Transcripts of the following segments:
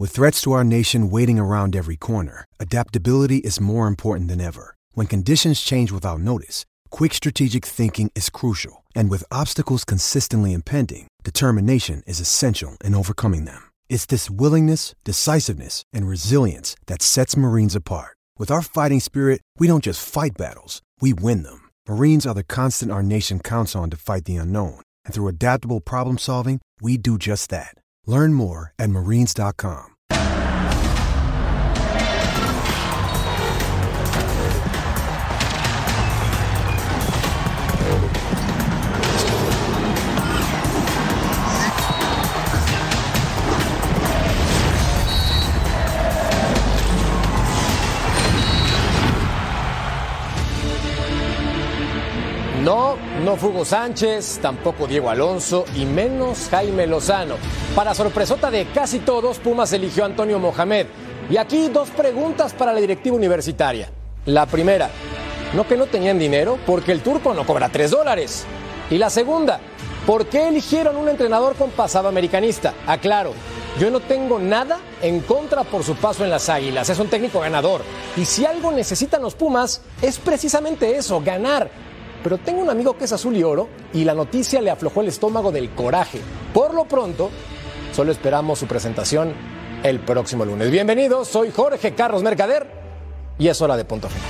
With threats to our nation waiting around every corner, adaptability is more important than ever. When conditions change without notice, quick strategic thinking is crucial. And with obstacles consistently impending, determination is essential in overcoming them. It's this willingness, decisiveness, and resilience that sets Marines apart. With our fighting spirit, we don't just fight battles, we win them. Marines are the constant our nation counts on to fight the unknown. And through adaptable problem solving, we do just that. Learn more at marines.com. No fue Hugo Sánchez, tampoco Diego Alonso y menos Jaime Lozano. Para sorpresota de casi todos, Pumas eligió a Antonio Mohamed. Y aquí dos preguntas para la directiva universitaria. La primera, ¿no que no tenían dinero? Porque el turco no cobra $3. Y la segunda, ¿por qué eligieron un entrenador con pasado americanista? Aclaro, yo no tengo nada en contra por su paso en las Águilas, es un técnico ganador. Y si algo necesitan los Pumas, es precisamente eso, ganar. Pero tengo un amigo que es azul y oro y la noticia le aflojó el estómago del coraje. Por lo pronto, solo esperamos su presentación el próximo lunes. Bienvenidos, soy Jorge Carlos Mercader y es hora de Punto Final.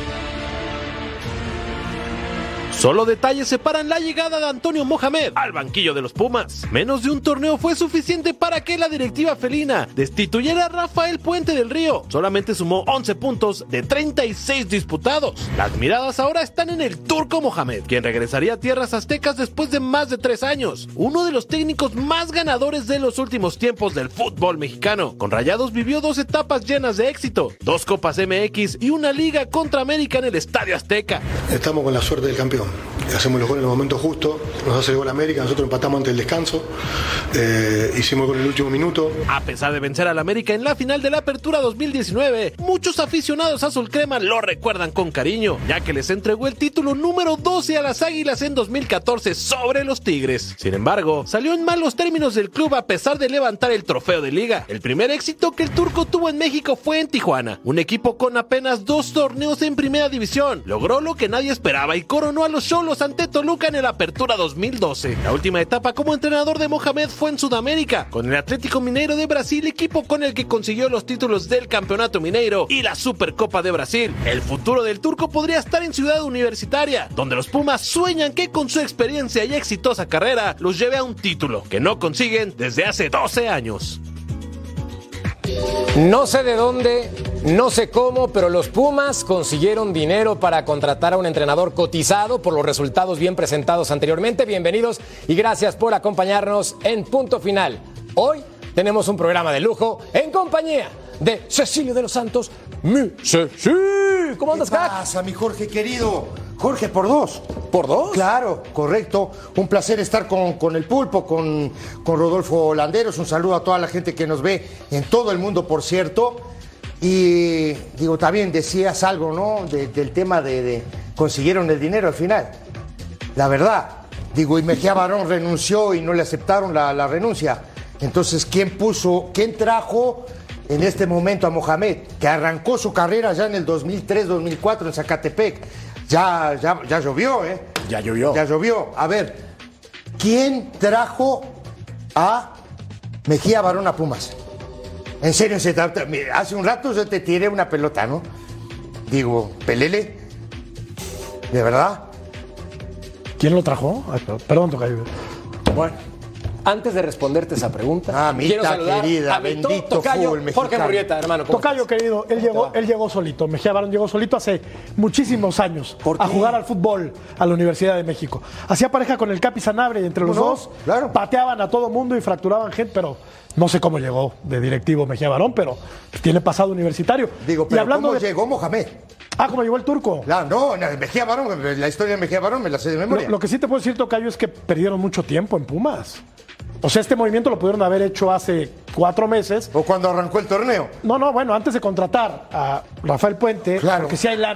Solo detalles separan la llegada de Antonio Mohamed al banquillo de los Pumas. Menos de un torneo fue suficiente para que la directiva felina destituyera a Rafael Puente del Río. Solamente sumó 11 puntos de 36 disputados. Las miradas ahora están en el turco Mohamed, quien regresaría a tierras aztecas después de más de 3 años. Uno de los técnicos más ganadores de los últimos tiempos del fútbol mexicano. Con Rayados vivió 2 etapas llenas de éxito, 2 Copas MX y una Liga contra América en el Estadio Azteca. Estamos con la suerte del campeón. Hacemos los goles en el momento justo, nos hace el gol América, nosotros empatamos antes del descanso, hicimos el gol en el último minuto. A pesar de vencer al América en la final de la Apertura 2019, muchos aficionados azul crema lo recuerdan con cariño, ya que les entregó el título número 12 a las Águilas en 2014 sobre los Tigres. Sin embargo, salió en malos términos del club a pesar de levantar el trofeo de Liga. El primer éxito que el turco tuvo en México fue en Tijuana, un equipo con apenas 2 torneos en primera división. Logró lo que nadie esperaba y coronó a los Xolos ante Toluca en el Apertura 2012. La última etapa como entrenador de Mohamed fue en Sudamérica, con el Atlético Mineiro de Brasil, equipo con el que consiguió los títulos del Campeonato Mineiro y la Supercopa de Brasil. El futuro del turco podría estar en Ciudad Universitaria, donde los Pumas sueñan que con su experiencia y exitosa carrera los lleve a un título que no consiguen desde hace 12 años. No sé de dónde, no sé cómo, pero los Pumas consiguieron dinero para contratar a un entrenador cotizado por los resultados bien presentados anteriormente. Bienvenidos y gracias por acompañarnos en Punto Final. Hoy tenemos un programa de lujo en compañía de Cecilio de los Santos. Mi Ceci. ¿Cómo andas, crack? ¿Qué pasa, mi Jorge querido? Jorge, por 2. ¿Por 2? Claro, correcto. Un placer estar con el Pulpo, con Rodolfo Landeros. Un saludo a toda la gente que nos ve en todo el mundo, por cierto. Y digo, también decías algo, ¿no? Del tema de consiguieron el dinero al final. La verdad. Digo, y Mejía Barón renunció y no le aceptaron la renuncia. Entonces, ¿quién trajo en este momento a Mohamed? Que arrancó su carrera ya en el 2003-2004 en Zacatepec. Ya llovió, ¿eh? Ya llovió. Ya llovió. A ver, ¿quién trajo a Mejía Barón a Pumas? En serio, hace un rato yo te tiré una pelota, ¿no? Digo, Pelele, ¿de verdad? ¿Quién lo trajo? Ay, perdón, tocayo. Bueno, antes de responderte esa pregunta, quiero saludar querida, a mi bendito tocayo fútbol mexicano. Jorge Murrieta, hermano. Tocayo estás? querido, él llegó solito. Mejía Barón llegó solito hace muchísimos años a jugar al fútbol a la Universidad de México. Hacía pareja con el Capi Sanabria y entre los dos pateaban a todo mundo y fracturaban gente, pero no sé cómo llegó de directivo Mejía Barón, pero tiene pasado universitario. Digo, pero ¿cómo llegó Mohamed? ¿Cómo llegó el turco? Claro, no, Mejía Barón, la historia de Mejía Barón me la sé de memoria. Lo que sí te puedo decir, tocayo, es que perdieron mucho tiempo en Pumas. O sea, este movimiento lo pudieron haber hecho hace 4 meses. O cuando arrancó el torneo. No, bueno, antes de contratar a Rafael Puente, claro, porque sí hay lana,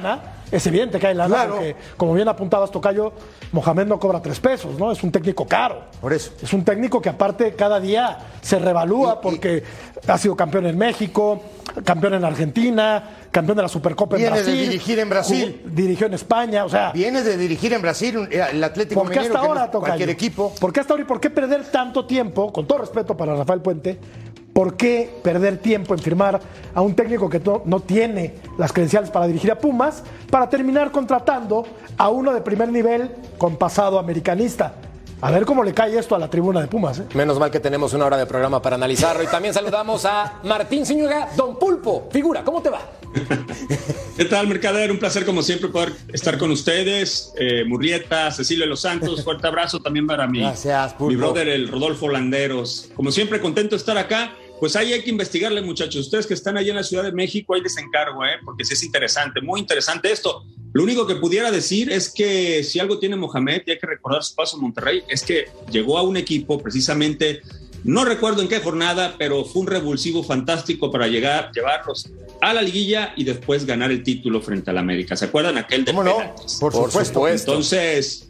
es evidente que hay lana, porque, como bien apuntabas, tocayo, Mohamed no cobra 3 pesos, ¿no? Es un técnico caro. Por eso. Es un técnico que aparte cada día se revalúa porque ha sido campeón en México, campeón en Argentina, campeón de la Supercopa en Brasil. Viene de dirigir en Brasil. Dirigió en España, o sea... Viene de dirigir en Brasil el Atlético ¿Por qué Mineiro, hasta ahora, que no es cualquier equipo. ¿Por qué hasta ahora y por qué perder tanto tiempo, con todo respeto para Rafael Puente, por qué perder tiempo en firmar a un técnico que no tiene las credenciales para dirigir a Pumas, para terminar contratando a uno de primer nivel con pasado americanista? A ver cómo le cae esto a la tribuna de Pumas, ¿eh? Menos mal que tenemos una hora de programa para analizarlo. Y también saludamos a Martín Zúñiga, Don Pulpo. Figura, ¿cómo te va? ¿Qué tal, Mercader? Un placer, como siempre, poder estar con ustedes. Murrieta, Cecilio de los Santos, fuerte abrazo también para Gracias, Pulpo. mi brother, el Rodolfo Landeros. Como siempre, contento de estar acá. Pues ahí hay que investigarle, muchachos. Ustedes que están allá en la Ciudad de México, ahí les encargo, porque sí es interesante, muy interesante esto. Lo único que pudiera decir es que si algo tiene Mohamed, y hay que recordar su paso en Monterrey, es que llegó a un equipo precisamente, no recuerdo en qué jornada, pero fue un revulsivo fantástico para llevarlos a la liguilla y después ganar el título frente al América. ¿Se acuerdan aquel de penaltis? Por supuesto. Entonces...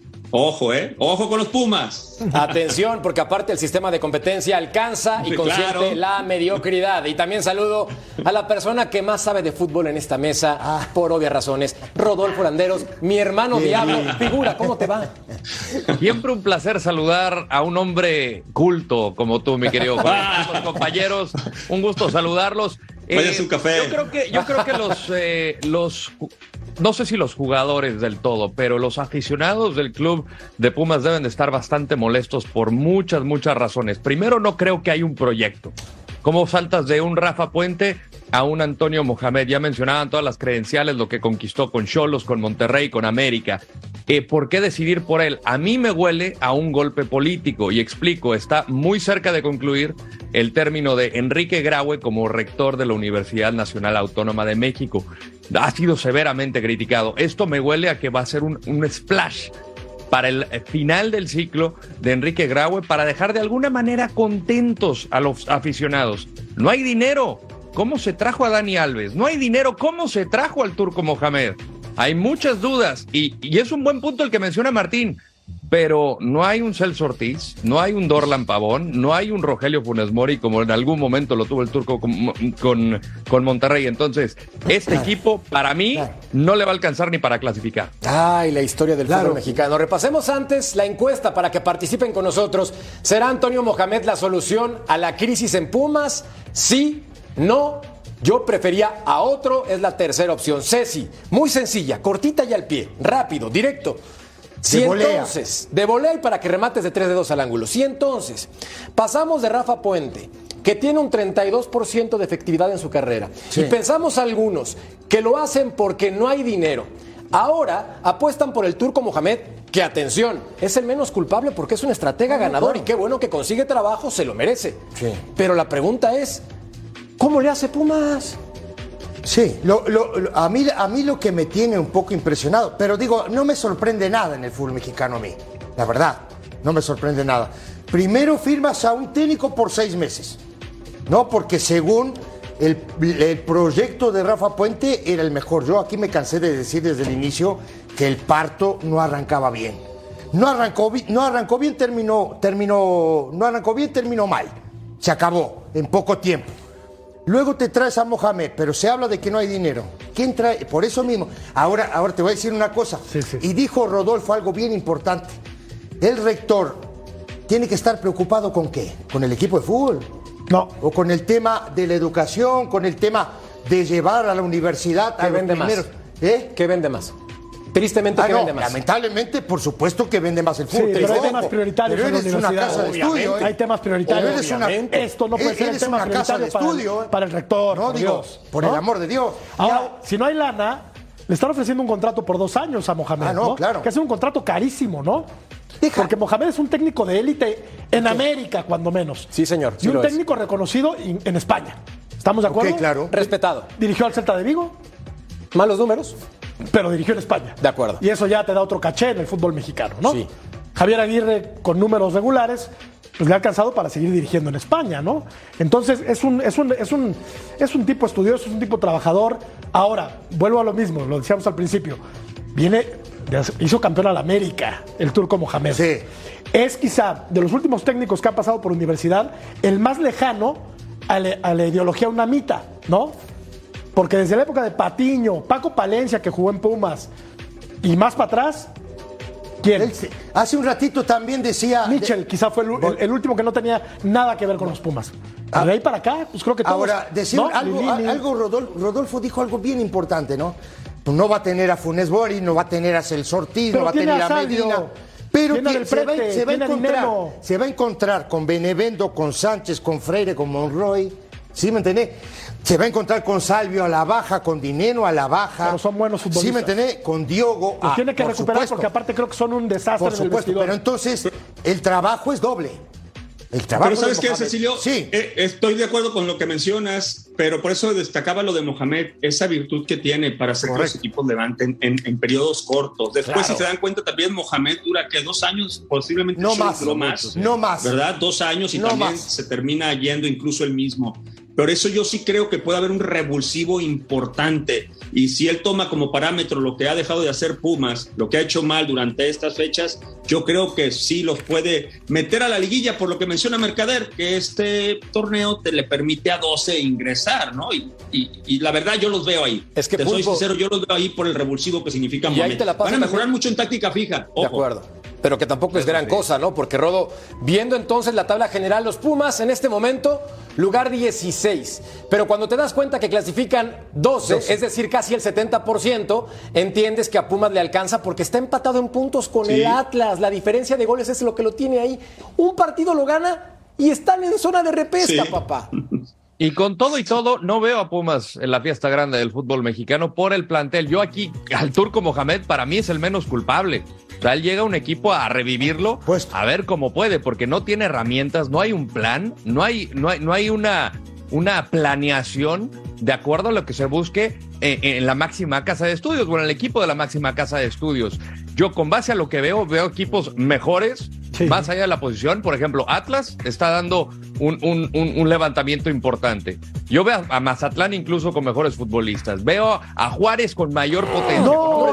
Ojo con los Pumas. Atención, porque aparte el sistema de competencia alcanza y consiente la mediocridad. Y también saludo a la persona que más sabe de fútbol en esta mesa, por obvias razones, Rodolfo Landeros, mi hermano Diablo. Figura, ¿cómo te va? Siempre un placer saludar a un hombre culto como tú, mi querido Juan. Los compañeros, un gusto saludarlos. Váyase un café. Yo creo que los no sé si los jugadores del todo, pero los aficionados del club de Pumas deben de estar bastante molestos por muchas razones. Primero, no creo que hay un proyecto. ¿Cómo saltas de un Rafa Puente a un Antonio Mohamed? Ya mencionaban todas las credenciales, lo que conquistó con Xolos, con Monterrey, con América. ¿Por qué decidir por él? A mí me huele a un golpe político, y explico, está muy cerca de concluir el término de Enrique Graue como rector de la Universidad Nacional Autónoma de México. Ha sido severamente criticado. Esto me huele a que va a ser un splash para el final del ciclo de Enrique Graue, para dejar de alguna manera contentos a los aficionados. No hay dinero. ¿Cómo se trajo a Dani Alves? No hay dinero. ¿Cómo se trajo al Turco Mohamed? Hay muchas dudas y es un buen punto el que menciona Martín, pero no hay un Celso Ortiz, no hay un Dorlan Pavón, no hay un Rogelio Funes Mori como en algún momento lo tuvo el Turco con Monterrey. Entonces, este equipo para mí no le va a alcanzar ni para clasificar. Ay, la historia del fútbol mexicano. Repasemos antes la encuesta para que participen con nosotros. ¿Será Antonio Mohamed la solución a la crisis en Pumas? Sí, no. Yo prefería a otro, es la tercera opción. Ceci, muy sencilla, cortita y al pie, rápido, directo. Si entonces, de volea y para que remates de 3 dedos al ángulo. Si entonces pasamos de Rafa Puente, que tiene un 32% de efectividad en su carrera, y pensamos algunos que lo hacen porque no hay dinero, ahora apuestan por el Turco Mohamed, que atención, es el menos culpable porque es un estratega ganador y qué bueno que consigue trabajo, se lo merece. Sí. Pero la pregunta es, ¿cómo le hace Pumas? Sí, a mí lo que me tiene un poco impresionado, pero digo, no me sorprende nada en el fútbol mexicano a mí, la verdad, no me sorprende nada. Primero firmas a un técnico por 6 meses, ¿no? Porque según el proyecto de Rafa Puente era el mejor. Yo aquí me cansé de decir desde el inicio que el parto no arrancaba bien. No arrancó bien, terminó mal. Se acabó en poco tiempo. Luego te traes a Mohamed, pero se habla de que no hay dinero. ¿Quién trae? Por eso mismo. Ahora te voy a decir una cosa. Sí. Y dijo Rodolfo algo bien importante. El rector tiene que estar preocupado ¿con qué? ¿Con el equipo de fútbol? No. O con el tema de la educación, con el tema de llevar a la universidad a los primeros. ¿Qué vende más? Tristemente, ¿qué vende más? Lamentablemente, por supuesto que vende más el fútbol. Sí, pero hay temas prioritarios en la universidad. Una casa de estudio. Hay temas prioritarios. Esto no puede ser el tema prioritario para el rector. No, Dios, por el amor de Dios. Ahora, si no hay lana, le están ofreciendo un contrato por 2 años a Mohamed. ¿no? Claro. Que es un contrato carísimo, ¿no? Porque Mohamed es un técnico de élite en América, cuando menos. Sí, señor. Y un técnico reconocido en España. ¿Estamos de acuerdo? Claro. Respetado. Dirigió al Celta de Vigo. Malos números, pero dirigió en España. De acuerdo. Y eso ya te da otro caché en el fútbol mexicano, ¿no? Sí. Javier Aguirre con números regulares, pues le ha alcanzado para seguir dirigiendo en España, ¿no? Entonces es un tipo estudioso, es un tipo trabajador. Ahora, vuelvo a lo mismo, lo decíamos al principio, hizo campeón al América, el turco Mohamed. Sí. Es quizá, de los últimos técnicos que ha pasado por universidad, el más lejano a la ideología unamita, ¿no? Porque desde la época de Patiño, Paco Palencia, que jugó en Pumas, y más para atrás, ¿quién? Hace un ratito también decía... Mitchell, quizá fue el último que no tenía nada que ver con los Pumas. De ahí para acá, pues creo que todos... Ahora, decir, ¿no? Rodolfo dijo algo bien importante, ¿no? No va a tener a Funes Mori, no va a tener a Celso Ortiz, no va a tener a Medina... Pero se va a encontrar con Benevendo, con Sánchez, con Freire, con Monroy, ¿sí me entendés? Se va a encontrar con Salvio a la baja, con Dineno a la baja. Pero son buenos futbolistas. ¿Sí me entendés? Con Diogo. Los tiene que recuperar, supuesto, porque aparte creo que son un desastre por supuesto, en el vestidor. Pero entonces el trabajo es doble. Pero ¿sabes qué, Cecilio? Sí. Estoy de acuerdo con lo que mencionas, pero por eso destacaba lo de Mohamed, esa virtud que tiene para hacer que los equipos levanten en periodos cortos. Después, si se dan cuenta, también Mohamed dura que 2 años, posiblemente no más, ¿verdad? 2 años y no también más. Se termina yendo incluso él mismo. Por eso yo sí creo que puede haber un revulsivo importante, y si él toma como parámetro lo que ha dejado de hacer Pumas, lo que ha hecho mal durante estas fechas, yo creo que sí los puede meter a la liguilla, por lo que menciona Mercader, que este torneo te le permite a 12 ingresar, ¿no? Y la verdad yo los veo ahí. Es que te soy sincero, yo los veo ahí por el revulsivo que significa Mohamed. Van a mejorar mucho en táctica fija. Ojo. De acuerdo. Pero que tampoco es gran cosa, ¿no? Porque, Rodo, viendo entonces la tabla general, los Pumas en este momento, lugar 16. Pero cuando te das cuenta que clasifican 12, es decir, casi el 70%, entiendes que a Pumas le alcanza porque está empatado en puntos con el Atlas. La diferencia de goles es lo que lo tiene ahí. Un partido lo gana y están en zona de repesca, papá. Y con todo y todo, no veo a Pumas en la fiesta grande del fútbol mexicano por el plantel. Yo aquí, al turco Mohamed, para mí es el menos culpable. O sea, él llega a un equipo a revivirlo, a ver cómo puede, porque no tiene herramientas, no hay un plan, no hay una planeación de acuerdo a lo que se busque en la máxima casa de estudios, o en el equipo de la máxima casa de estudios. Yo, con base a lo que veo equipos mejores, más allá de la posición. Por ejemplo, Atlas está dando un levantamiento importante. Yo veo a Mazatlán incluso con mejores futbolistas. Veo a Juárez con mayor potencia.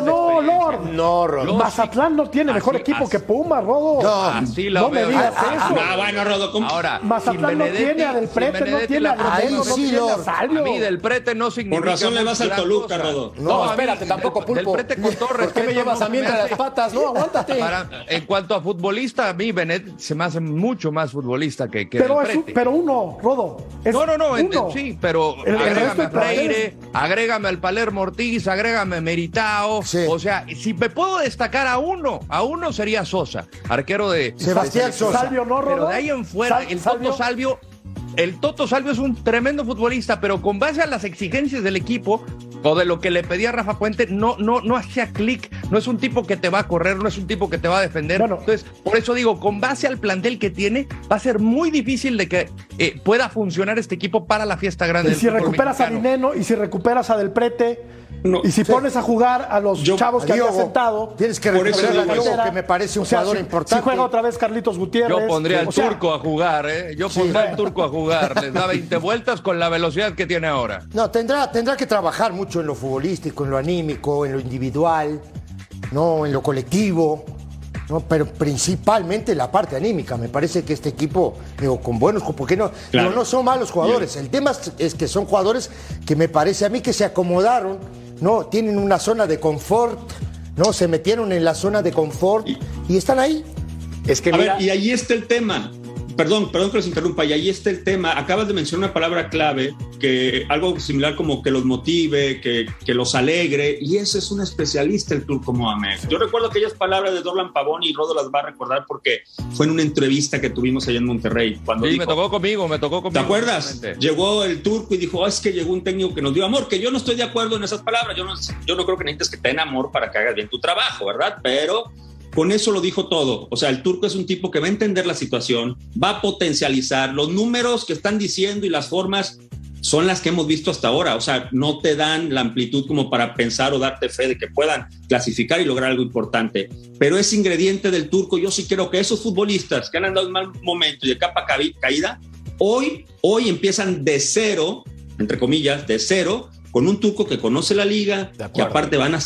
Lord. Mazatlán no tiene mejor equipo que Pumas, Rodo. No me digas eso. Bueno, Rodo, ¿cómo? Ahora, Mazatlán no tiene a Del Prete, no tiene a Rodeno, no tiene a Salvio. A mí Del Prete no significa. Con razón le vas al Toluca, Rodo. No, espérate, tampoco, Pulpo. Del Prete, con todo respeto. ¿Por qué me llevas a mí entre las patas? No, aguántate. En cuanto a futbolista, a mí Benet se me hace mucho más futbolista que pero Del Prete. Pero uno, Rodo. Sí, pero agrégame a Freire, agrégame al Palermo Ortiz, agrégame a Meritao. Sí. O sea, si me puedo destacar a uno sería Sosa, arquero de Sebastián Sosa. Salvio, no, Rodo. Pero de ahí en fuera, el Toto Salvio es un tremendo futbolista, pero con base a las exigencias del equipo o de lo que le pedía Rafa Puente, no hacía clic. No es un tipo que te va a correr, no es un tipo que te va a defender. Bueno, entonces, por eso digo, con base al plantel que tiene, va a ser muy difícil de que pueda funcionar este equipo para la fiesta grande. Y si recuperas a Dineno, y si recuperas a Del Prete, y si pones a jugar a los chavos que había sentado, tienes que recuperar a Diogo, que me parece un jugador importante. Si juega otra vez Carlitos Gutiérrez. Yo pondría al turco a jugar, Yo pondría al turco a jugar. Les da 20 vueltas con la velocidad que tiene ahora. No, tendrá que trabajar mucho en lo futbolístico, en lo anímico, en lo individual, no, en lo colectivo. No, pero principalmente la parte anímica. Me parece que este equipo, con buenos, porque no son malos jugadores. El tema es que son jugadores que me parece a mí que se acomodaron, no tienen una zona de confort, no se metieron en la zona de confort y están ahí. Es que mira, y ahí está el tema. Perdón que los interrumpa, y ahí está el tema. Acabas de mencionar una palabra clave, que algo similar como que los motive, que los alegre, y ese es un especialista, el turco Mohamed. Yo recuerdo aquellas palabras de Dorlan Pavón, y Rodo las va a recordar porque fue en una entrevista que tuvimos allá en Monterrey. Cuando sí, dijo, me tocó conmigo. ¿Te acuerdas? Llegó el turco y dijo, es que llegó un técnico que nos dio amor, que yo no estoy de acuerdo en esas palabras. Yo no creo que necesites que te den amor para que hagas bien tu trabajo, ¿verdad? Pero con eso lo dijo todo. O sea, el turco es un tipo que va a entender la situación, va a potencializar los números que están diciendo y las formas. son las que hemos visto hasta ahora. O sea, no te dan la amplitud como para pensar o darte fe de que puedan clasificar y lograr algo importante. Pero ese ingrediente del turco, yo sí creo que esos futbolistas que han andado en mal momento y de capa caída, hoy empiezan de cero, entre comillas, de cero, con un turco que conoce la liga, que aparte van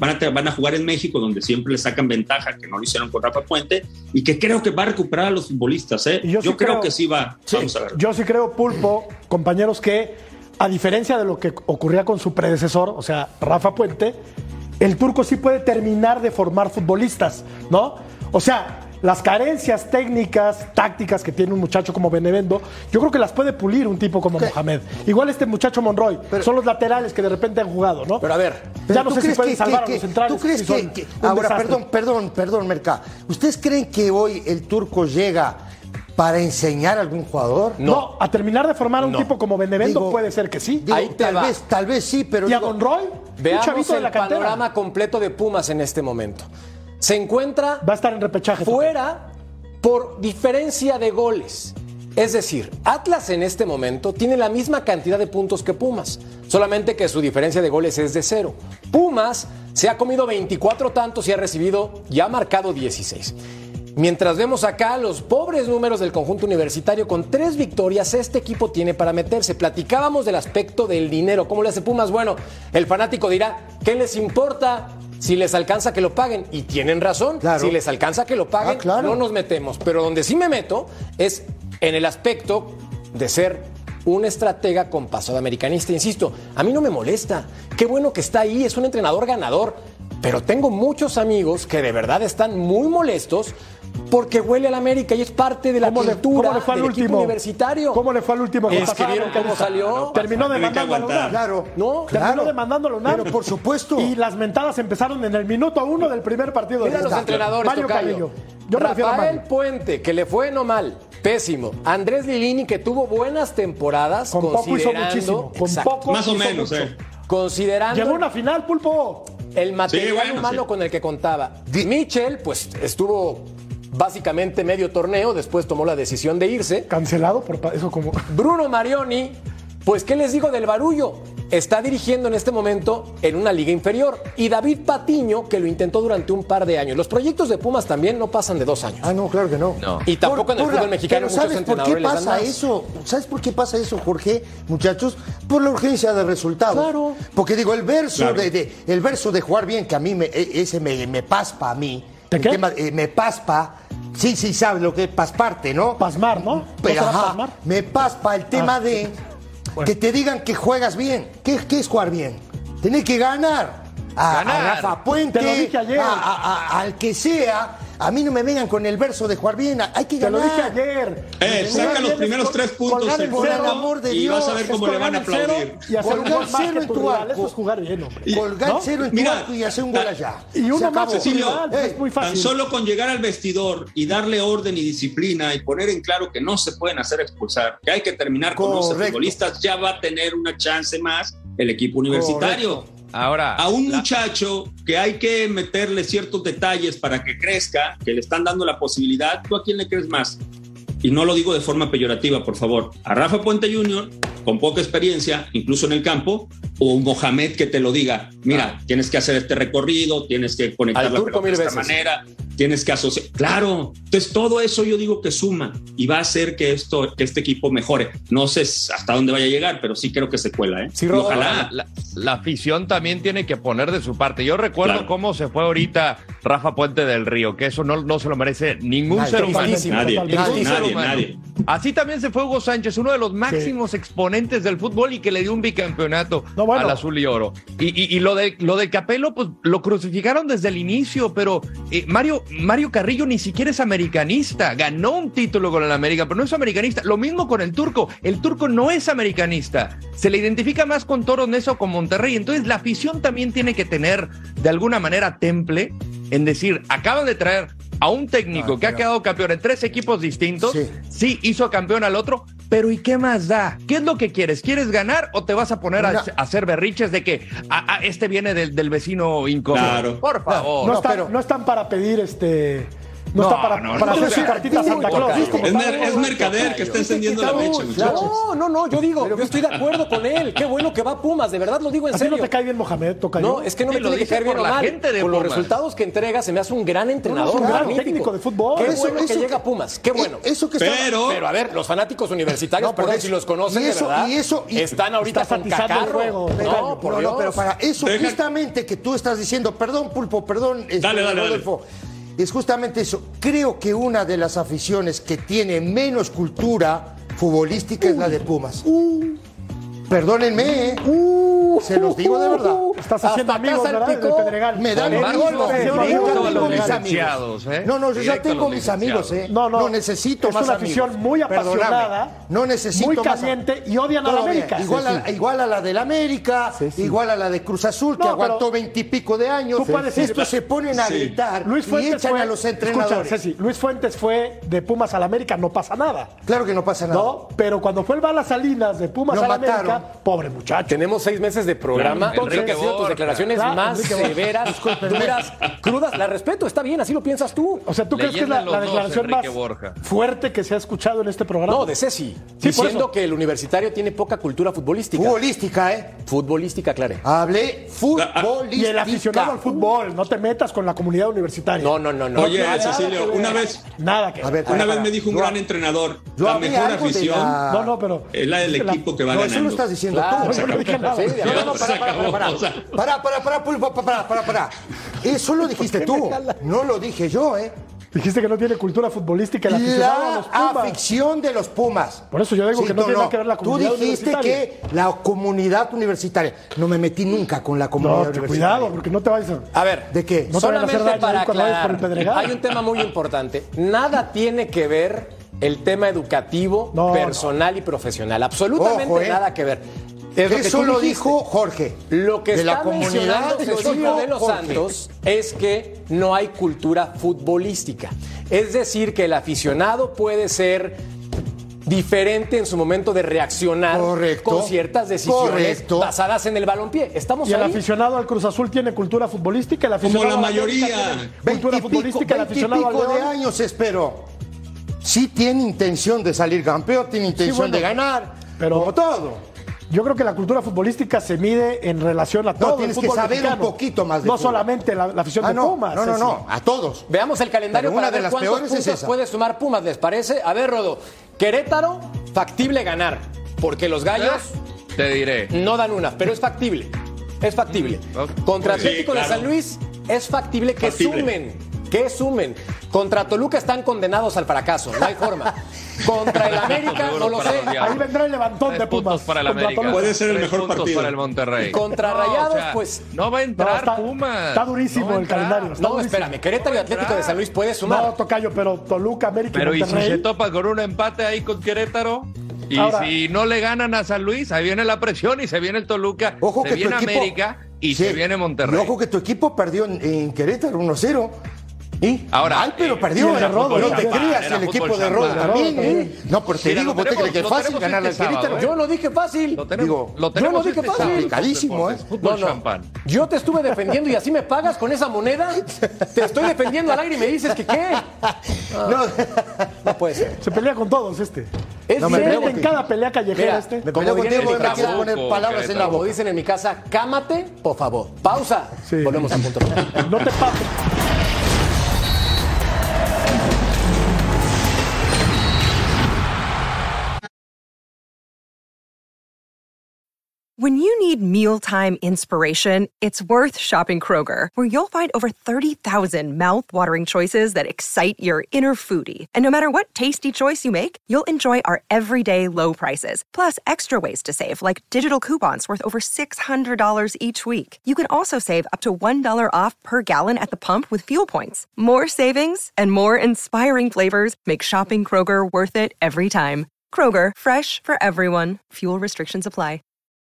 a jugar en México, donde siempre le sacan ventaja, que no lo hicieron con Rafa Puente, y que creo que va a recuperar a los futbolistas. Yo creo que sí va. Sí, vamos a ver. Yo sí creo, Pulpo, compañeros, que a diferencia de lo que ocurría con su predecesor, o sea, Rafa Puente, el turco sí puede terminar de formar futbolistas, ¿no? O sea, las carencias técnicas, tácticas que tiene un muchacho como Benevendo, yo creo que las puede pulir un tipo como Mohamed. Igual este muchacho Monroy, son los laterales que de repente han jugado, ¿no? Pero a ver, ya no sé si pueden salvar a los centrales. ¿Tú crees que ahora, perdón, Mercá, ¿ustedes creen que hoy el turco llega para enseñar a algún jugador? No, a terminar de formar un tipo como Benevendo puede ser que sí. Tal vez sí, pero... ¿Y a Monroy? Veamos el panorama completo de Pumas en este momento. Se encuentra va a estar en repechaje fuera por diferencia de goles. Es decir, Atlas en este momento tiene la misma cantidad de puntos que Pumas, solamente que su diferencia de goles es de 0. Pumas se ha comido 24 tantos y ha marcado 16. Mientras vemos acá los pobres números del conjunto universitario, con 3 victorias este equipo tiene para meterse. Platicábamos del aspecto del dinero, ¿cómo le hace Pumas? Bueno, el fanático dirá, ¿qué les importa si les alcanza que lo paguen? Y tienen razón, si les alcanza que lo paguen, no nos metemos. Pero donde sí me meto es en el aspecto de ser un estratega con pasado americanista. Insisto, a mí no me molesta, qué bueno que está ahí, es un entrenador ganador, pero tengo muchos amigos que de verdad están muy molestos porque huele al América y es parte de la cultura del equipo universitario. ¿Cómo le fue al último? Es que vieron cómo salió. Terminó demandándolo. Terminó demandándolo. Pero por supuesto. Y las mentadas empezaron en el minuto 1 del primer partido. Mira los entrenadores, Mario Carrillo. Rafael Puente, que le fue no mal, pésimo. Andrés Lilini, que tuvo buenas temporadas. Con poco hizo muchísimo. Con poco más o menos, considerando... Llegó a una final, Pulpo. El material humano con el que contaba. Michel, pues estuvo básicamente medio torneo, después tomó la decisión de irse. Cancelado por eso como... Bruno Marioni, pues ¿qué les digo del barullo? Está dirigiendo en este momento en una liga inferior. Y David Patiño, que lo intentó durante un par de años. Los proyectos de Pumas también no pasan de 2 años. Ah, no, claro que no. Y tampoco en el fútbol mexicano muchos entrenadores les dan más. ¿Sabes por qué pasa eso, Jorge, muchachos? Por la urgencia de resultados. Claro. Porque digo, el verso de jugar bien, que a mí me paspa a mí. ¿De qué? Me paspa. Sí, sabes lo que es pasparte, ¿no? Pasmar, ¿no? Pero, me paspa el tema de que te digan que juegas bien. ¿Qué es jugar bien? Tenés que ganar. A Rafa Puente, te lo dije ayer. Al que sea. A mí no me vengan con el verso de jugar bien, hay que ganar. Te lo dije ayer. Saca los primeros 3 puntos por el amor de Dios. Y vas a ver cómo le van a aplaudir. Y hacer un gol más que tu rival, eso es jugar bien, hombre. Colgar cero en tu arco y hacer un gol allá. Y uno más que tu rival, es muy fácil. Tan solo con llegar al vestidor y darle orden y disciplina y poner en claro que no se pueden hacer expulsar, que hay que terminar con 11 futbolistas, ya va a tener una chance más el equipo universitario. Correcto. Ahora, a un muchacho que hay que meterle ciertos detalles para que crezca, que le están dando la posibilidad, ¿tú a quién le crees más? Y no lo digo de forma peyorativa, por favor. A Rafa Puente Jr., con poca experiencia, incluso en el campo, o un Mohamed que te lo diga, mira, tienes que hacer este recorrido, tienes que conectar la pelota de esta manera, tienes que asociar. Claro, entonces todo eso yo digo que suma y va a hacer que este equipo mejore. No sé hasta dónde vaya a llegar, pero sí creo que se cuela, ¿eh? Sí, ojalá. La afición también tiene que poner de su parte. Yo recuerdo cómo se fue ahorita Rafa Puente del Río, que eso no se lo merece ningún ser humano. Nadie. Así también se fue Hugo Sánchez, uno de los máximos exponentes del fútbol y que le dio un bicampeonato al Azul y Oro. Y lo de Capello, pues lo crucificaron desde el inicio, pero Mario Carrillo ni siquiera es americanista. Ganó un título con el América, pero no es americanista. Lo mismo con el turco. El turco no es americanista. Se le identifica más con Toros Neza o con Monterrey. Entonces la afición también tiene que tener de alguna manera temple en decir, acaban de traer a un técnico que ha quedado campeón en 3 equipos distintos, sí hizo campeón al otro, pero ¿y qué más da? ¿Qué es lo que quieres? ¿Quieres ganar o te vas a poner a hacer berriches de que este viene del vecino incómodo? Claro. Por favor. No están para pedir No está para hacer su cartita Santa Claus. Es mercader que está encendiendo la mecha, muchachos. No, yo estoy de acuerdo con él. Qué bueno que va a Pumas, de verdad lo digo en serio. ¿A ti no te cae bien Mohamed, tocayo? No, es que no me tiene que caer bien o mal. Con los resultados que entrega se me hace un gran entrenador. Es un gran técnico de fútbol. Qué bueno que llega a Pumas, qué bueno. Pero a ver, los fanáticos universitarios, perdón si los conocen de verdad, están ahorita con cacarro. No, pero para eso justamente que tú estás diciendo, perdón, Pulpo, perdón, dale. Rodolfo. Es justamente eso. Creo que una de las aficiones que tiene menos cultura futbolística es la de Pumas. Perdónenme, se los digo de verdad. Estás haciendo amigos, ¿verdad? De Pedregal. Me dan lo mismo. Yo tengo mis amigos. No, yo ya tengo mis amigos, No necesito más amigos. Es una afición muy apasionada, no necesito muy caliente y odian a la América. Igual a la del América, igual a la de Cruz Azul, que aguantó 20 y pico de años. Estos se ponen a gritar y echan a los entrenadores. Escucha, Luis Fuentes fue de Pumas a la América, no pasa nada. Claro que no pasa nada. No, pero cuando fue el Bala Salinas de Pumas a la América, pobre muchacho. Tenemos 6 meses de programa. Creo que han sido tus declaraciones más severas, duras, crudas. La respeto, está bien, así lo piensas tú. O sea, ¿tú crees que es la declaración más fuerte que se ha escuchado en este programa? No, de Ceci. Diciendo que el universitario tiene poca cultura futbolística. Futbolística, claro. Hablé futbolística. Y el aficionado al fútbol, no te metas con la comunidad universitaria. No. Oye, Cecilio, una vez me dijo un gran entrador, la mejor afición es la del equipo que va ganando. Eso lo estás diciendo tú. Yo no dije nada. Para. Eso lo dijiste tú, no lo dije yo, Dijiste que no tiene cultura futbolística el aficionado a los Pumas. La afición de los Pumas. Por eso yo digo que no tiene nada que ver la comunidad universitaria. Tú dijiste que la comunidad universitaria. No me metí nunca con la comunidad universitaria. Cuidado, porque no te vayas a ver, ¿de qué? No solamente te para aclarar, por el Pedregal. Hay un tema muy importante. Nada tiene que ver el tema educativo, personal y profesional. Absolutamente nada que ver. Eso lo dijo Jorge. Lo que está mencionando Cecilio de los Santos es que no hay cultura futbolística. Es decir, que el aficionado puede ser diferente en su momento de reaccionar con ciertas decisiones basadas en el balompié. ¿Estamos ¿Y ahí? el aficionado al Cruz Azul tiene cultura futbolística? ¿El aficionado como la mayoría? Cultura futbolística, el aficionado al León. De años, espero. Sí tiene intención de salir campeón, tiene intención de ganar, pero como todo. Yo creo que la cultura futbolística se mide en relación a todo. No, tienes que saber mexicano. Un poquito más de no fútbol. Solamente la afición de Pumas. No, a todos. Veamos el calendario para ver cuántos puntos puede sumar Pumas, ¿les parece? A ver, Rodo, Querétaro, factible ganar, porque los gallos te diré. No dan una, pero es factible. Es factible. Contra Atlético de San Luis es factible que sumen. Contra Toluca están condenados al fracaso, no hay forma. Contra el América, no lo sé. Ahí vendrá el levantón de Pumas. Para el América. Puede ser el mejor partido para el Monterrey. Y contra Rayados, pues no va a entrar Pumas. Está durísimo el calendario. Espérame, Querétaro y Atlético de San Luis puede sumar. No, tocayo, pero Toluca, América y Monterrey. Pero ¿y si se topa con un empate ahí con Querétaro? Y ahora, si no le ganan a San Luis, ahí viene la presión y se viene el Toluca, se viene América y se viene Monterrey. Y ojo que tu equipo perdió en Querétaro 1-0. ¿Y? Ahora, pero perdió. No te creas, el equipo de Rodo también. No, pero te digo, ¿vos te crees que es fácil ganarle al Querétaro? Yo no dije fácil. Lo tenemos yo no dije fácil. Complicadísimo, Fútbol champán. Yo te estuve defendiendo y así me pagas con esa moneda. Te estoy defendiendo al aire y me dices que qué. No puede ser. Se pelea con todos este. Es en cada pelea callejera Me peleo contigo, me quiero poner palabras en la boca. Como dicen en mi casa, cámate, por favor. Pausa. Volvemos a punto. No te pases. When you need mealtime inspiration, it's worth shopping Kroger, where you'll find over 30,000 mouth-watering choices that excite your inner foodie. And no matter what tasty choice you make, you'll enjoy our everyday low prices, plus extra ways to save, like digital coupons worth over $600 each week. You can also save up to $1 off per gallon at the pump with fuel points. More savings and more inspiring flavors make shopping Kroger worth it every time. Kroger, fresh for everyone. Fuel restrictions apply.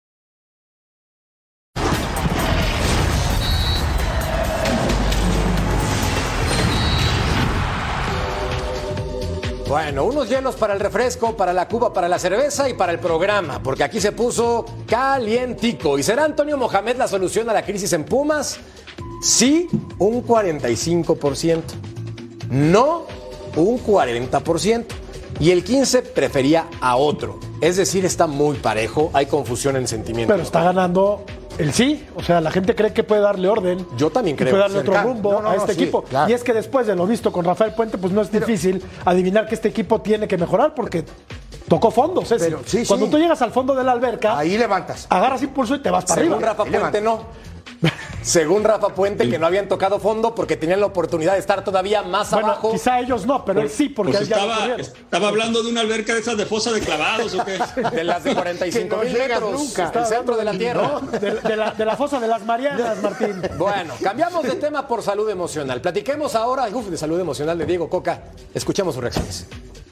Bueno, unos hielos para el refresco, para la cuba, para la cerveza y para el programa, porque aquí se puso calientico. ¿Y será Antonio Mohamed la solución a la crisis en Pumas? Sí, un 45%. no un 40%. Y el 15% prefería a otro. Es decir, está muy parejo, hay confusión en sentimientos. Pero está ganando el sí, o sea, la gente cree que puede darle orden. Yo también creo. Puede darle otro rumbo a este equipo. Claro. Y es que después de lo visto con Rafael Puente, pues no es difícil adivinar que este equipo tiene que mejorar porque tocó fondo, Ceci. Cuando tú llegas al fondo de la alberca, ahí levantas. Agarras impulso y te vas para arriba. Según Rafa Puente, no. Según Rafa Puente, que no habían tocado fondo porque tenían la oportunidad de estar todavía más abajo. Quizá ellos no, pero él sí, porque pues estaba hablando de una alberca de esas de fosa de clavados, ¿o qué? De las de 45,000 metros, nunca. El centro de la Tierra. No, de la fosa de las Marianas, Martín. Bueno, cambiamos de tema por salud emocional. Platiquemos ahora de salud emocional de Diego Coca. Escuchemos sus reacciones.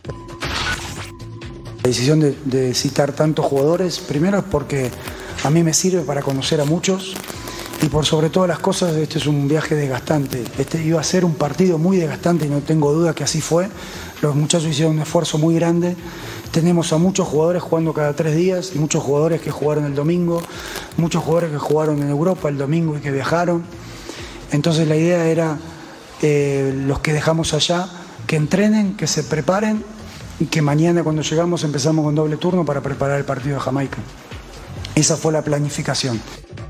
La decisión de citar tantos jugadores, primero es porque a mí me sirve para conocer a muchos. Y por sobre todas las cosas, este es un viaje desgastante. Este iba a ser un partido muy desgastante y no tengo duda que así fue. Los muchachos hicieron un esfuerzo muy grande. Tenemos a muchos jugadores jugando cada 3 días y muchos jugadores que jugaron el domingo, muchos jugadores que jugaron en Europa el domingo y que viajaron. Entonces la idea era los que dejamos allá, que entrenen, que se preparen y que mañana cuando llegamos empezamos con doble turno para preparar el partido de Jamaica. Esa fue la planificación.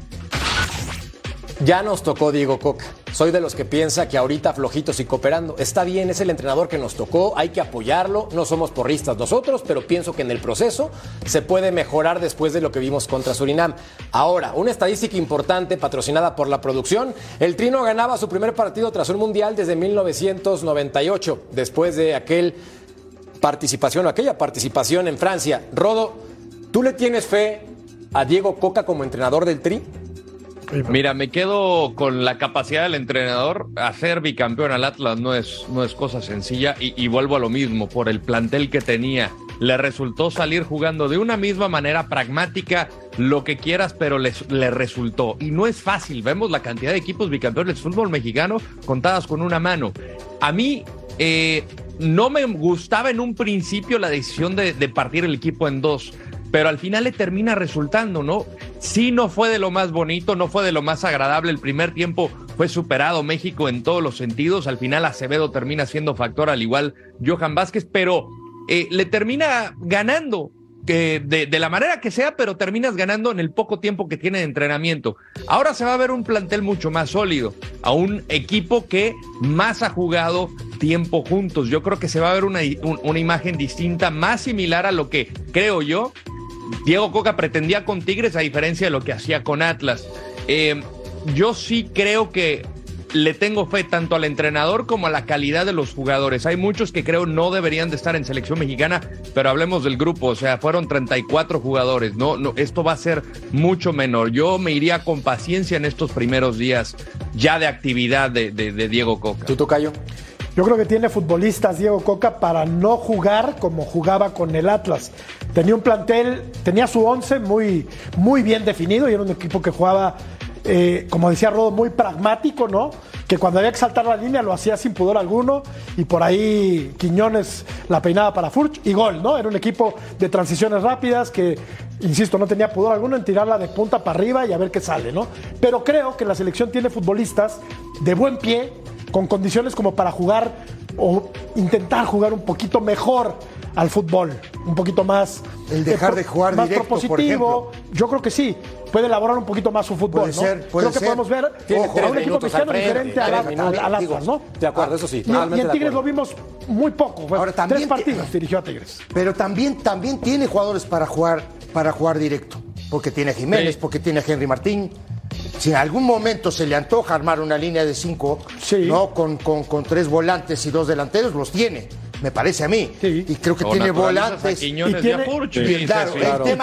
Ya nos tocó Diego Coca. Soy de los que piensa que ahorita flojitos y cooperando. Está bien, es el entrenador que nos tocó, hay que apoyarlo. No somos porristas nosotros, pero pienso que en el proceso se puede mejorar después de lo que vimos contra Surinam. Ahora, una estadística importante patrocinada por la producción. El Tri no ganaba su primer partido tras un mundial desde 1998, después de aquella participación en Francia. Rodo, ¿tú le tienes fe a Diego Coca como entrenador del Tri? Mira, me quedo con la capacidad del entrenador. Hacer bicampeón al Atlas no es cosa sencilla y vuelvo a lo mismo, por el plantel que tenía. Le resultó salir jugando de una misma manera pragmática, lo que quieras, pero le resultó. Y no es fácil, vemos la cantidad de equipos bicampeones de fútbol mexicano contadas con una mano. A mí no me gustaba en un principio la decisión de partir el equipo en dos, pero al final le termina resultando, ¿no? Sí, no fue de lo más bonito, no fue de lo más agradable. El primer tiempo fue superado México en todos los sentidos. Al final Acevedo termina siendo factor, al igual Johan Vázquez, pero le termina ganando de la manera que sea, pero terminas ganando en el poco tiempo que tiene de entrenamiento. Ahora se va a ver un plantel mucho más sólido, a un equipo que más ha jugado tiempo juntos. Yo creo que se va a ver una imagen distinta, más similar a lo que, creo yo, Diego Coca pretendía con Tigres, a diferencia de lo que hacía con Atlas. Yo sí creo que le tengo fe tanto al entrenador como a la calidad de los jugadores. Hay muchos que creo no deberían de estar en selección mexicana, pero hablemos del grupo, o sea, fueron 34 jugadores. No, esto va a ser mucho menor. Yo me iría con paciencia en estos primeros días ya de actividad de Diego Coca. ¿Tú, Tocayo? Yo creo que tiene futbolistas Diego Coca para no jugar como jugaba con el Atlas. Tenía un plantel, tenía su 11 muy, muy bien definido y era un equipo que jugaba, como decía Rodo, muy pragmático, ¿no? Que cuando había que saltar la línea lo hacía sin pudor alguno y por ahí Quiñones la peinaba para Furch y gol, ¿no? Era un equipo de transiciones rápidas que, insisto, no tenía pudor alguno en tirarla de punta para arriba y a ver qué sale, ¿no? Pero creo que la selección tiene futbolistas de buen pie, con condiciones como para jugar o intentar jugar un poquito mejor al fútbol, un poquito más... El dejar de jugar más directo, propositivo. por ejemplo. Yo creo que sí, puede elaborar un poquito más su fútbol, ¿no? Creo que podemos ver a un equipo mexicano diferente al Atlas, ¿no? De acuerdo, eso sí. Y en Tigres lo vimos muy poco. Ahora, también 3 partidos dirigió a Tigres. Pero también tiene jugadores para jugar directo, porque tiene a Jiménez, porque tiene a Henry Martín. Si en algún momento se le antoja armar una línea de 5, ¿no? Con 3 volantes y 2 delanteros, los tiene, me parece a mí. Sí. Y creo que tiene volantes. Y tiene claro, el tema,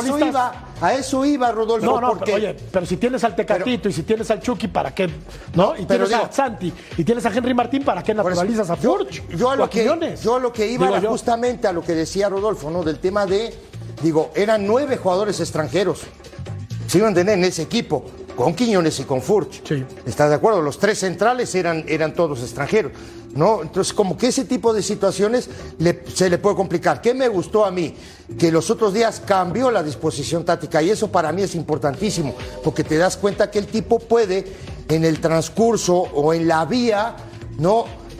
a eso iba, Rodolfo. No, porque... pero si tienes al Tecatito y si tienes al Chucky, ¿para qué? ¿No? Y tienes a Santi y tienes a Henry Martín, ¿para qué naturalizas a Furch? Yo a lo que iba era justamente a lo que decía Rodolfo, ¿no? Del tema de, eran 9 jugadores extranjeros. ¿Sí me entienden? En ese equipo, con Quiñones y con Furch. Sí. ¿Estás de acuerdo? Los 3 centrales eran todos extranjeros, ¿no? Entonces, como que ese tipo de situaciones se le puede complicar. ¿Qué me gustó a mí? Que los otros días cambió la disposición táctica y eso para mí es importantísimo, porque te das cuenta que el tipo puede, en el transcurso o en la vía, ¿no?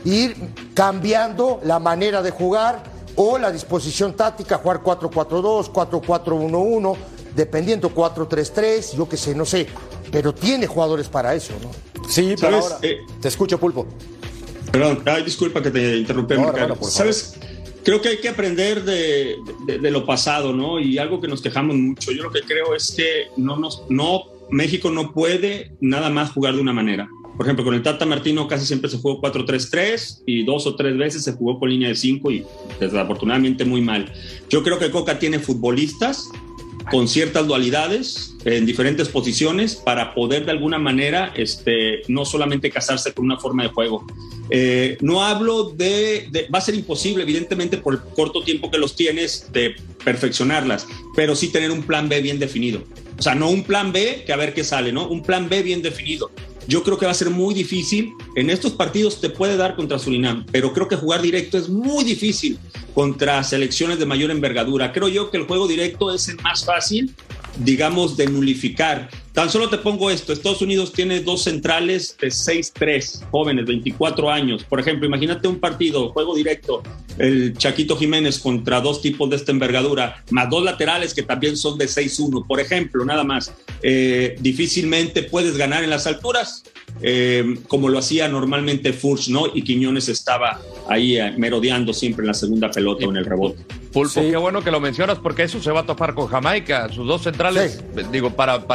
ir cambiando la manera de jugar o la disposición táctica, jugar 4-4-2, 4-4-1-1, dependiendo 4-3-3, yo qué sé, no sé, pero tiene jugadores para eso, ¿no? Sí, pero ahora te escucho, Pulpo. Perdón, disculpa que te interrumpí. ¿Sabes? Creo que hay que aprender de lo pasado, ¿no? Y algo que nos quejamos mucho. Yo lo que creo es que México no puede nada más jugar de una manera. Por ejemplo, con el Tata Martino casi siempre se jugó 4-3-3 y 2 o 3 veces se jugó con línea de 5 y desafortunadamente muy mal. Yo creo que Coca tiene futbolistas con ciertas dualidades en diferentes posiciones para poder de alguna manera no solamente casarse con una forma de juego. No hablo va a ser imposible, evidentemente, por el corto tiempo que los tienes, de perfeccionarlas, pero sí tener un plan B bien definido. O sea, no un plan B que a ver qué sale, ¿no? Un plan B bien definido. Yo creo que va a ser muy difícil. En estos partidos te puede dar contra Surinam, pero creo que jugar directo es muy difícil contra selecciones de mayor envergadura. Creo yo que el juego directo es el más fácil, digamos, de nulificar. Tan solo te pongo esto: Estados Unidos tiene 2 centrales de 6'3", jóvenes, 24 años. Por ejemplo, imagínate un partido, juego directo, el Chaquito Jiménez contra 2 tipos de esta envergadura, más 2 laterales que también son de 6'1", por ejemplo, nada más. Difícilmente puedes ganar en las alturas, como lo hacía normalmente Furch, ¿no? Y Quiñones estaba ahí merodeando siempre en la segunda pelota o en el rebote. Pulpo, qué bueno que lo mencionas, porque eso se va a topar con Jamaica. Sus 2 centrales, digo,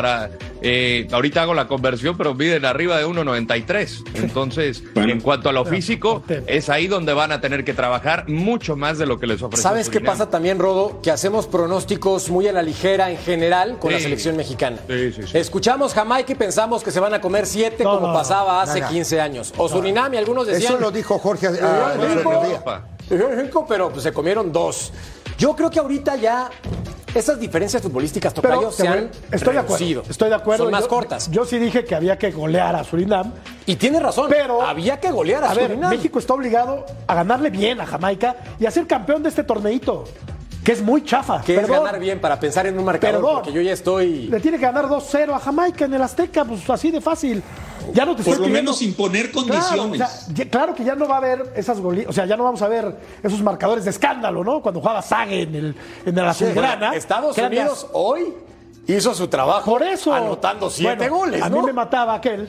ahorita hago la conversión, pero miden arriba de 1.93. Entonces, en cuanto a lo físico, es ahí donde van a tener que trabajar mucho más de lo que les ofrece. ¿Sabes qué pasa también, Rodo? Que hacemos pronósticos muy a la ligera en general con la selección mexicana. Sí. Escuchamos Jamaica y pensamos que se van a comer 7 como pasaba hace 15 años. O Surinam, y algunos decían... Eso lo dijo Jorge pero pues se comieron 2. Yo creo que ahorita ya esas diferencias futbolísticas, Tocayo, se han reducido. Estoy de acuerdo. Son más cortas. Yo sí dije que había que golear a Surinam. Y tiene razón, pero había que golear a Surinam. México está obligado a ganarle bien a Jamaica y a ser campeón de este torneito, que es muy chafa. ¿Qué es ganar bien para pensar en un marcador? Porque yo ya estoy... Le tiene que ganar 2-0 a Jamaica en el Azteca, pues así de fácil. Ya no te por lo menos imponer condiciones. Claro, claro que ya no va a haber esas goleadas, o sea, ya no vamos a ver esos marcadores de escándalo, ¿no? Cuando jugaba Sague en el Azulgrana. Estados Unidos hoy hizo su trabajo. Por eso, anotando 7 goles, ¿no? A mí me mataba aquel.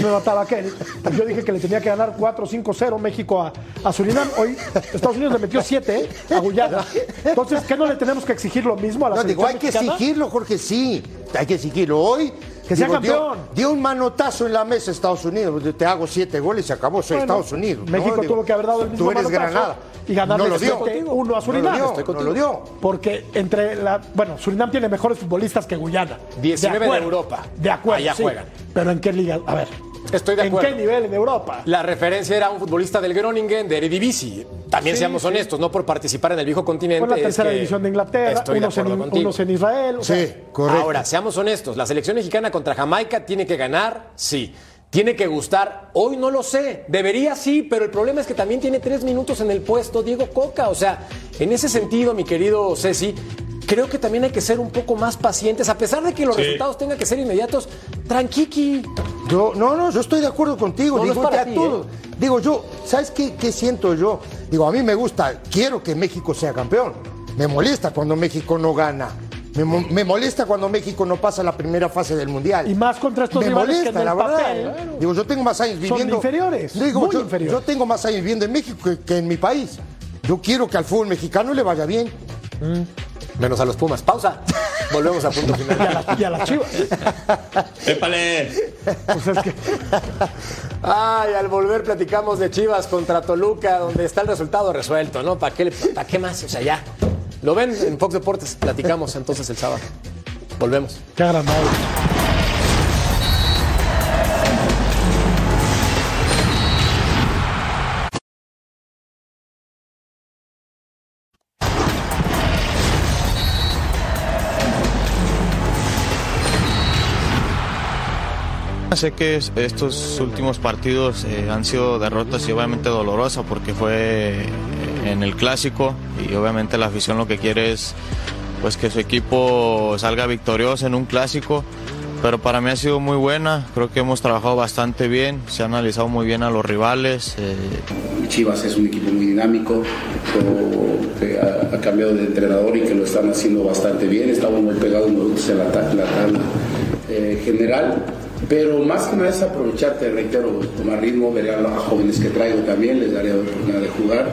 Yo dije que le tenía que ganar 4-5-0 México a Surinam. Hoy Estados Unidos le metió 7 a Guyana. Entonces, ¿qué no le tenemos que exigir lo mismo a la selección mexicana? Hay que exigirlo, Jorge, sí. Hay que exigirlo. Hoy... Que sea campeón. Dio un manotazo en la mesa Estados Unidos. Te hago 7 goles y se acabó. Soy Estados Unidos. México tuvo que haber dado el mismo manotazo. Tú eres Granada. Y ganarle 1 a Surinam. No lo dio. Porque Surinam tiene mejores futbolistas que Guyana. 19 de Europa. De acuerdo. Allá juegan. Pero ¿en qué liga? A ver. Estoy de acuerdo. ¿En qué nivel en Europa? La referencia era un futbolista del Groningen, de Eredivisie. También seamos honestos, no por participar en el viejo continente. Por la tercera división de Inglaterra, unos en Israel. Correcto. Ahora, seamos honestos, la selección mexicana contra Jamaica tiene que ganar, sí. Tiene que gustar, hoy no lo sé, debería sí, pero el problema es que también tiene 3 minutos en el puesto Diego Coca. O sea, en ese sentido, mi querido Ceci, creo que también hay que ser un poco más pacientes, a pesar de que los resultados tengan que ser inmediatos. Tranquiqui. Yo estoy de acuerdo contigo. Digo, yo, ¿sabes qué siento yo? Digo, a mí me gusta, quiero que México sea campeón. Me molesta cuando México no gana. Me molesta cuando México no pasa la primera fase del Mundial. Y más contra estos rivales que en el papel. Claro. Digo, yo tengo más años viviendo... Son inferiores, muy inferiores. Yo tengo más años viviendo en México que en mi país. Yo quiero que al fútbol mexicano le vaya bien. Menos a los Pumas. Pausa. Volvemos a punto final. Y a las Chivas. ¡Épale! Pues es que... Ay, al volver platicamos de Chivas contra Toluca, donde está el resultado resuelto, ¿no? ¿Para qué más? O sea, ya. Lo ven en Fox Deportes. Platicamos entonces el sábado. Volvemos. Qué agradable. Sé que estos últimos partidos han sido derrotas y obviamente dolorosas porque fue en el clásico y obviamente la afición lo que quiere es pues que su equipo salga victorioso en un clásico, pero para mí ha sido muy buena. Creo que hemos trabajado bastante bien, se ha analizado muy bien a los rivales. Chivas es un equipo muy dinámico, que ha cambiado de entrenador y que lo están haciendo bastante bien. Estamos muy pegados nosotros en la tabla general, pero más que nada es aprovechar, te reitero, tomar ritmo, veré a los jóvenes que traigo también, les daré la oportunidad de jugar.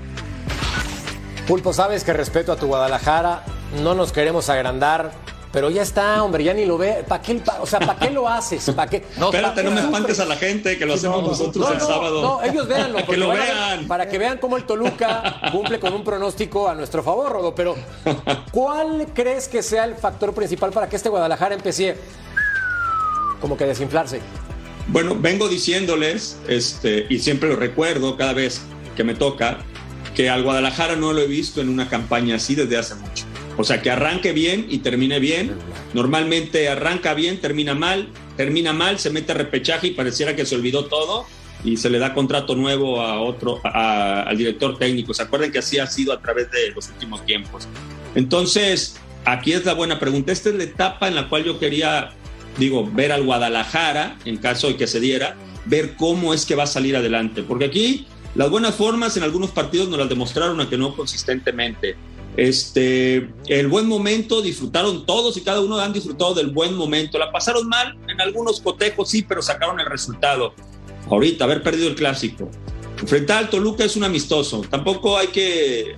Pulpo, sabes que respeto a tu Guadalajara, no nos queremos agrandar, pero ya está, hombre, ya ni lo ve. ¿Para qué lo haces? ¿Para qué? No, espérate, no me espantes a la gente, que lo hacemos nosotros el sábado. No, ellos véanlo. Que lo vean. Para que vean cómo el Toluca cumple con un pronóstico a nuestro favor, Rodo. Pero, ¿cuál crees que sea el factor principal para que este Guadalajara empiece como que a desinflarse? Bueno, vengo diciéndoles, y siempre lo recuerdo cada vez que me toca, que al Guadalajara no lo he visto en una campaña así desde hace mucho. O sea, que arranque bien y termine bien. Normalmente arranca bien, termina mal, se mete a repechaje y pareciera que se olvidó todo y se le da contrato nuevo al director técnico. ¿Se acuerdan que así ha sido a través de los últimos tiempos? Entonces, aquí es la buena pregunta. Esta es la etapa en la cual yo quería, ver al Guadalajara, en caso de que se diera, ver cómo es que va a salir adelante. Porque aquí las buenas formas en algunos partidos nos las demostraron, aunque no consistentemente. El buen momento, disfrutaron todos y cada uno han disfrutado del buen momento. La pasaron mal en algunos cotejos, sí, pero sacaron el resultado. Ahorita, haber perdido el clásico. Enfrentar al Toluca es un amistoso. Tampoco hay que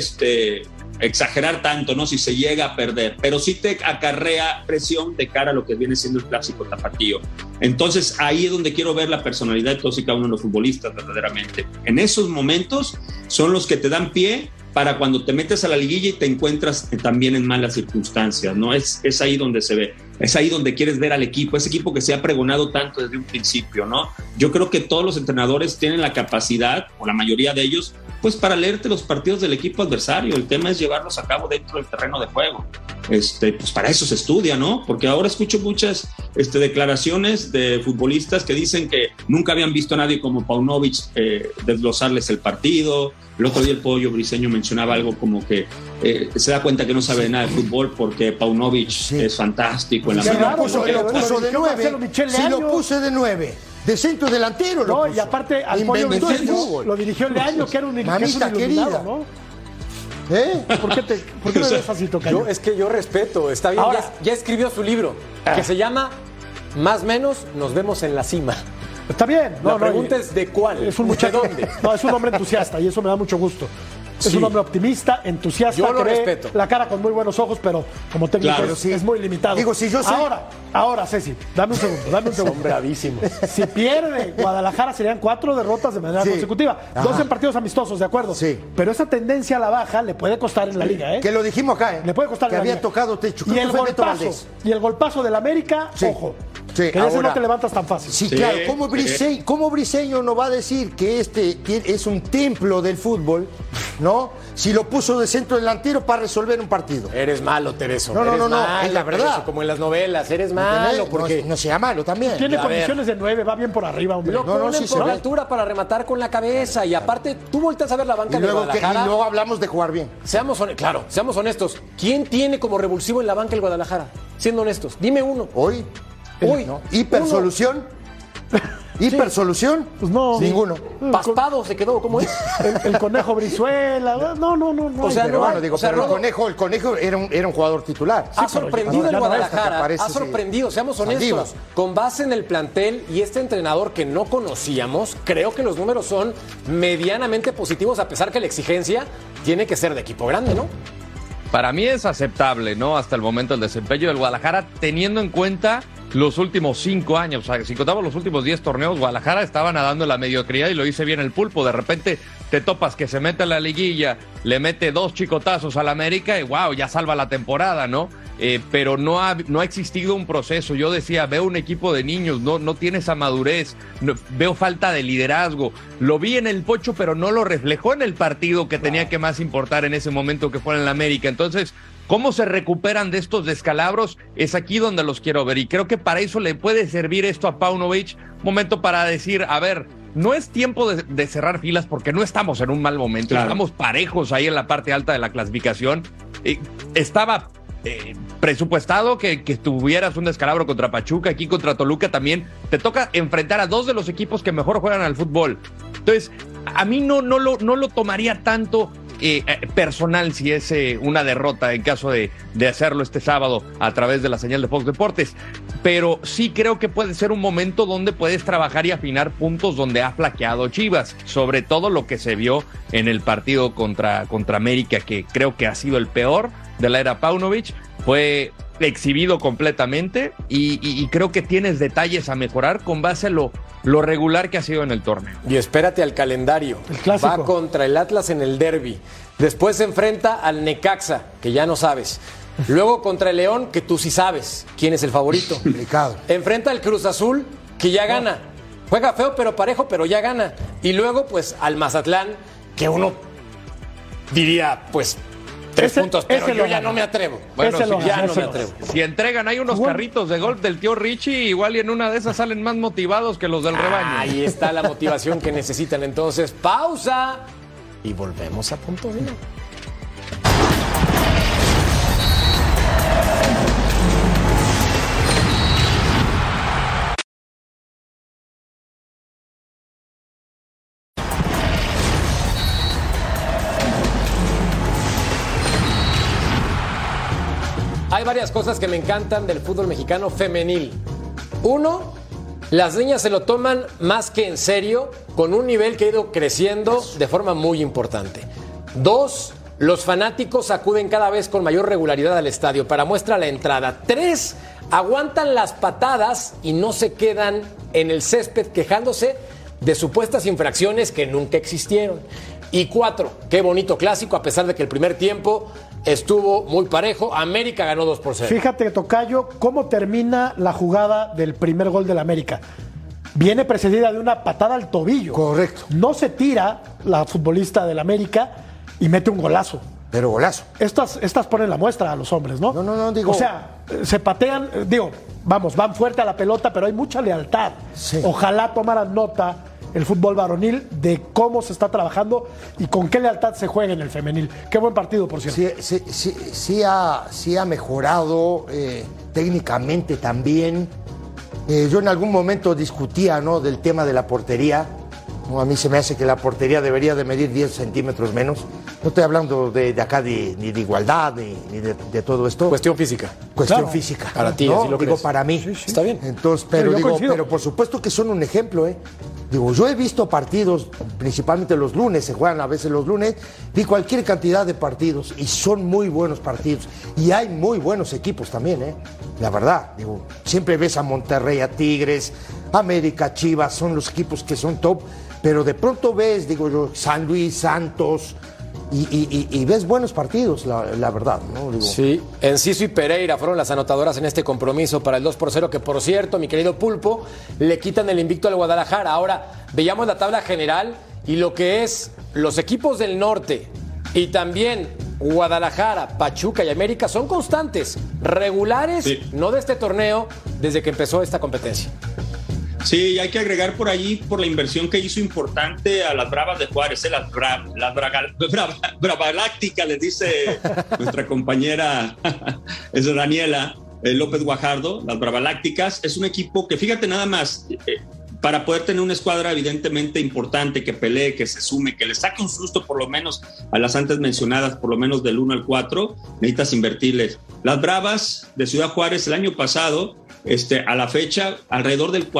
exagerar tanto, ¿no? Si se llega a perder, pero sí te acarrea presión de cara a lo que viene siendo el clásico tapatío. Entonces ahí es donde quiero ver la personalidad de todos y cada uno de los futbolistas verdaderamente. En esos momentos son los que te dan pie para cuando te metes a la liguilla y te encuentras también en malas circunstancias, ¿no? Es ahí donde se ve, es ahí donde quieres ver al equipo, ese equipo que se ha pregonado tanto desde un principio, ¿no? Yo creo que todos los entrenadores tienen la capacidad, o la mayoría de ellos, pues para leerte los partidos del equipo adversario. El tema es llevarlos a cabo dentro del terreno de juego. Pues para eso se estudia, ¿no? Porque ahora escucho muchas declaraciones de futbolistas que dicen que nunca habían visto a nadie como Paunovic desglosarles el partido. El otro día el Pollo Briseño mencionaba algo como que se da cuenta que no sabe nada de fútbol porque Paunovic es fantástico en la mano. Lo puso de 9. De centro delantero lo puso. Y aparte al Pollo Briseño lo dirigió Leaño, que era un mamita querida, ¿no? ¿Por qué me ves así, Tocayo? Es que yo respeto, está bien. Ahora, ya escribió su libro, que se llama Más Menos, nos vemos en la cima. Está bien. La pregunta es ¿de cuál? Es un muchacho, ¿de dónde? No, es un hombre entusiasta y eso me da mucho gusto. Es un hombre optimista, entusiasta, yo lo respeto. La cara con muy buenos ojos, pero como técnico es muy limitado. Ahora, Ceci, dame un segundo. Son bravísimos. Si pierde Guadalajara serían 4 derrotas de manera consecutiva. Ajá. 2 en partidos amistosos, de acuerdo. Sí. Pero esa tendencia a la baja le puede costar en la liga, ¿eh? Que lo dijimos acá, Le puede costar que en la liga. había tocado techo. Y el golpazo del América, ojo. Sí, que ese no te levantas tan fácil. Sí, claro. ¿Cómo Briseño no va a decir que es un templo del fútbol, ¿no? Si lo puso de centro delantero para resolver un partido. Eres malo, Tereso. No, es la verdad. Tereso, como en las novelas, eres malo. Porque no sea malo también. Tiene condiciones de 9, va bien por arriba, hombre. Lo ponen por la altura para rematar con la cabeza. Y aparte, tú volteas a ver la banca de Guadalajara. Y luego hablamos de jugar bien. Seamos honestos. ¿Quién tiene como revulsivo en la banca el Guadalajara? Siendo honestos, dime uno. Hoy. ¿No? ¿Hipersolución? ¿Hipersolución? Pues no. Ninguno. Paspado se quedó, ¿cómo es? El Conejo Brizuela. No. O sea, el Conejo era un jugador titular. Ha sorprendido el Guadalajara. Ha sorprendido, seamos honestos. Con base en el plantel y este entrenador que no conocíamos, creo que los números son medianamente positivos, a pesar que la exigencia tiene que ser de equipo grande, ¿no? Para mí es aceptable, ¿no? Hasta el momento el desempeño del Guadalajara, teniendo en cuenta los últimos 5 años. O sea, si contamos los últimos 10 torneos, Guadalajara estaba nadando en la mediocridad y lo dice bien el Pulpo. De repente te topas que se mete a la liguilla, le mete 2 chicotazos al América y wow, ya salva la temporada, ¿no? Pero no ha existido un proceso. Yo decía, veo un equipo de niños, no tiene esa madurez, veo falta de liderazgo. Lo vi en el Pocho, pero no lo reflejó en el partido que tenía que más importar en ese momento, que fue en el América. Entonces, ¿cómo se recuperan de estos descalabros? Es aquí donde los quiero ver. Y creo que para eso le puede servir esto a Paunovic. Momento para decir, a ver, no es tiempo de cerrar filas porque no estamos en un mal momento. Claro. Estamos parejos ahí en la parte alta de la clasificación. Estaba presupuestado que tuvieras un descalabro contra Pachuca, aquí contra Toluca también. Te toca enfrentar a dos de los equipos que mejor juegan al fútbol. Entonces, a mí no lo tomaría tanto personal si es una derrota en caso de hacerlo este sábado a través de la señal de Fox Deportes, pero sí creo que puede ser un momento donde puedes trabajar y afinar puntos donde ha flaqueado Chivas, sobre todo lo que se vio en el partido contra América, que creo que ha sido el peor de la era Paunovic. Fue exhibido completamente y creo que tienes detalles a mejorar con base a lo regular que ha sido en el torneo. Y espérate al calendario. El clásico. Va contra el Atlas en el derbi. Después se enfrenta al Necaxa, que ya no sabes. Luego contra el León, que tú sí sabes quién es el favorito. Complicado. Enfrenta al Cruz Azul, que ya gana. Juega feo pero parejo, pero ya gana. Y luego pues al Mazatlán, que uno diría pues 3 puntos, pero yo ya no me atrevo. Bueno, ya no me atrevo. Si entregan ahí unos carritos de golf del tío Richie, igual y en una de esas salen más motivados que los del rebaño. Ahí está la motivación que necesitan. Entonces, pausa y volvemos a Punto Final. Hay varias cosas que me encantan del fútbol mexicano femenil. Uno, las niñas se lo toman más que en serio, con un nivel que ha ido creciendo de forma muy importante. Dos, los fanáticos acuden cada vez con mayor regularidad al estadio. Para muestra la entrada. Tres, aguantan las patadas y no se quedan en el césped quejándose de supuestas infracciones que nunca existieron. Y cuatro, qué bonito clásico, a pesar de que el primer tiempo estuvo muy parejo. América ganó 2-0. Fíjate, tocayo, cómo termina la jugada del primer gol del América. Viene precedida de una patada al tobillo. Correcto. No se tira la futbolista del América y mete un golazo. Pero golazo. Estas ponen la muestra a los hombres, ¿no? No, digo... O sea, se patean, van fuerte a la pelota, pero hay mucha lealtad. Sí. Ojalá tomaran nota el fútbol varonil de cómo se está trabajando y con qué lealtad se juega en el femenil. Qué buen partido, por cierto. Sí ha mejorado técnicamente también. Yo en algún momento discutía, ¿no?, del tema de la portería. No, a mí se me hace que la portería debería de medir 10 centímetros menos. No estoy hablando de acá ni de igualdad, ni de todo esto. Cuestión física. Cuestión física. Para ti, ¿no? así lo digo, crees. para mí. Sí. Está bien. Entonces, pero por supuesto que son un ejemplo, ¿eh? Digo, yo he visto partidos, principalmente los lunes, se juegan a veces los lunes, vi cualquier cantidad de partidos y son muy buenos partidos. Y hay muy buenos equipos también, ¿eh? La verdad, digo, siempre ves a Monterrey, a Tigres, América, Chivas, son los equipos que son top, pero de pronto ves, digo yo, San Luis, Santos, y ves buenos partidos, la verdad, ¿no? Digo, sí, Enciso y Pereira fueron las anotadoras en este compromiso para el 2-0, que por cierto, mi querido Pulpo, le quitan el invicto al Guadalajara. Ahora, veíamos la tabla general y lo que es los equipos del norte y también Guadalajara, Pachuca y América son constantes, regulares, sí, no de este torneo, desde que empezó esta competencia. Sí, hay que agregar por allí, por la inversión que hizo importante a las Bravas de Juárez, las Bravalácticas, les dice nuestra compañera es Daniela López Guajardo, las Bravalácticas. Es un equipo que, fíjate nada más, para poder tener una escuadra evidentemente importante, que pelee, que se sume, que le saque un susto por lo menos a las antes mencionadas, por lo menos del 1 al 4, necesitas invertirles. Las Bravas de Ciudad Juárez el año pasado, a la fecha, alrededor del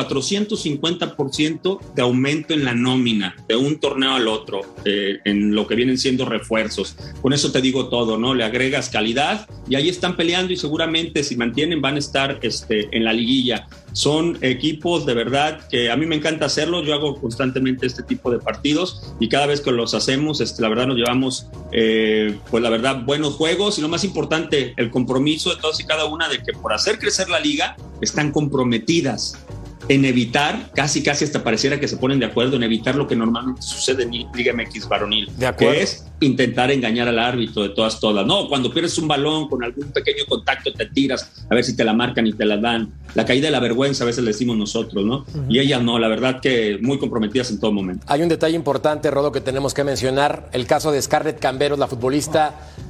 450% de aumento en la nómina de un torneo al otro, en lo que vienen siendo refuerzos. Con eso te digo todo, ¿no? Le agregas calidad y ahí están peleando y seguramente si mantienen van a estar en la liguilla. Son equipos de verdad que a mí me encanta hacerlo. Yo hago constantemente este tipo de partidos y cada vez que los hacemos, la verdad nos llevamos, pues la verdad, buenos juegos y lo más importante, el compromiso de todas y cada una de que por hacer crecer la liga están comprometidas en evitar, casi hasta pareciera que se ponen de acuerdo en evitar lo que normalmente sucede en Liga MX varonil, que es intentar engañar al árbitro de todas. No, cuando pierdes un balón con algún pequeño contacto te tiras a ver si te la marcan y te la dan. La caída de la vergüenza a veces le decimos nosotros, ¿no? Uh-huh. Y ellas no, la verdad que muy comprometidas en todo momento. Hay un detalle importante, Rodo, que tenemos que mencionar, el caso de Scarlett Camberos, la futbolista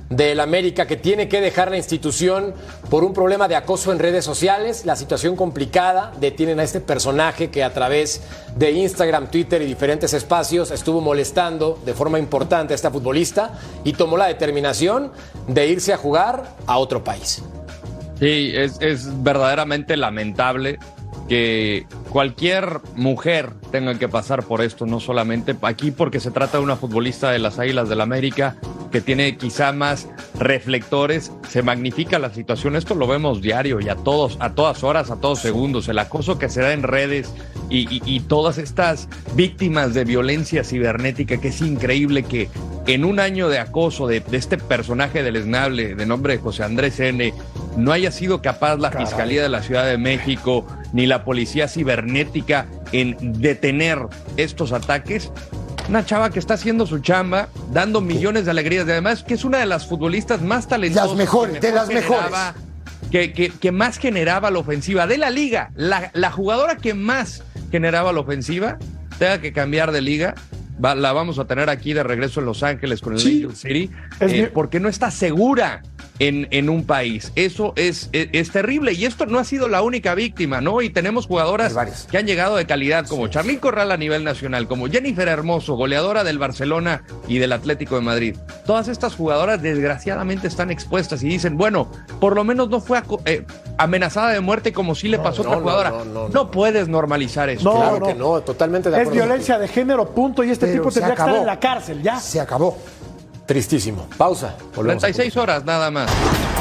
del América que tiene que dejar la institución por un problema de acoso en redes sociales, la situación complicada, detienen a este personaje que a través de Instagram, Twitter y diferentes espacios estuvo molestando de forma importante a esta futbolista y tomó la determinación de irse a jugar a otro país. Sí, es verdaderamente lamentable que cualquier mujer tenga que pasar por esto, no solamente aquí porque se trata de una futbolista de las Águilas del América que tiene quizá más reflectores, se magnifica la situación, esto lo vemos diario y a todas horas, a todos segundos, el acoso que se da en redes y todas estas víctimas de violencia cibernética, que es increíble que en un año de acoso de este personaje deleznable de nombre de José Andrés N., no haya sido capaz la Fiscalía de la Ciudad de México ni la Policía Cibernética en detener estos ataques. Una chava que está haciendo su chamba, dando millones de alegrías, y además que es una de las futbolistas más talentosas. De las mejores. Que más generaba la ofensiva de la liga. La jugadora que más generaba la ofensiva, tenga que cambiar de liga. La vamos a tener aquí de regreso en Los Ángeles con el Angel City, porque no está segura en un país. Eso es terrible, y esto no ha sido la única víctima, ¿no? Y tenemos jugadoras que han llegado de calidad, como Charlín Corral a nivel nacional, como Jennifer Hermoso, goleadora del Barcelona y del Atlético de Madrid. Todas estas jugadoras desgraciadamente están expuestas y dicen, bueno, por lo menos no fue amenazada de muerte como sí le pasó a otra jugadora. No puedes normalizar eso. Claro que no, totalmente de acuerdo. Es violencia de género, punto, y este tipo tendría que estar en la cárcel, ya. Se acabó. Tristísimo. Pausa. 36 horas nada más.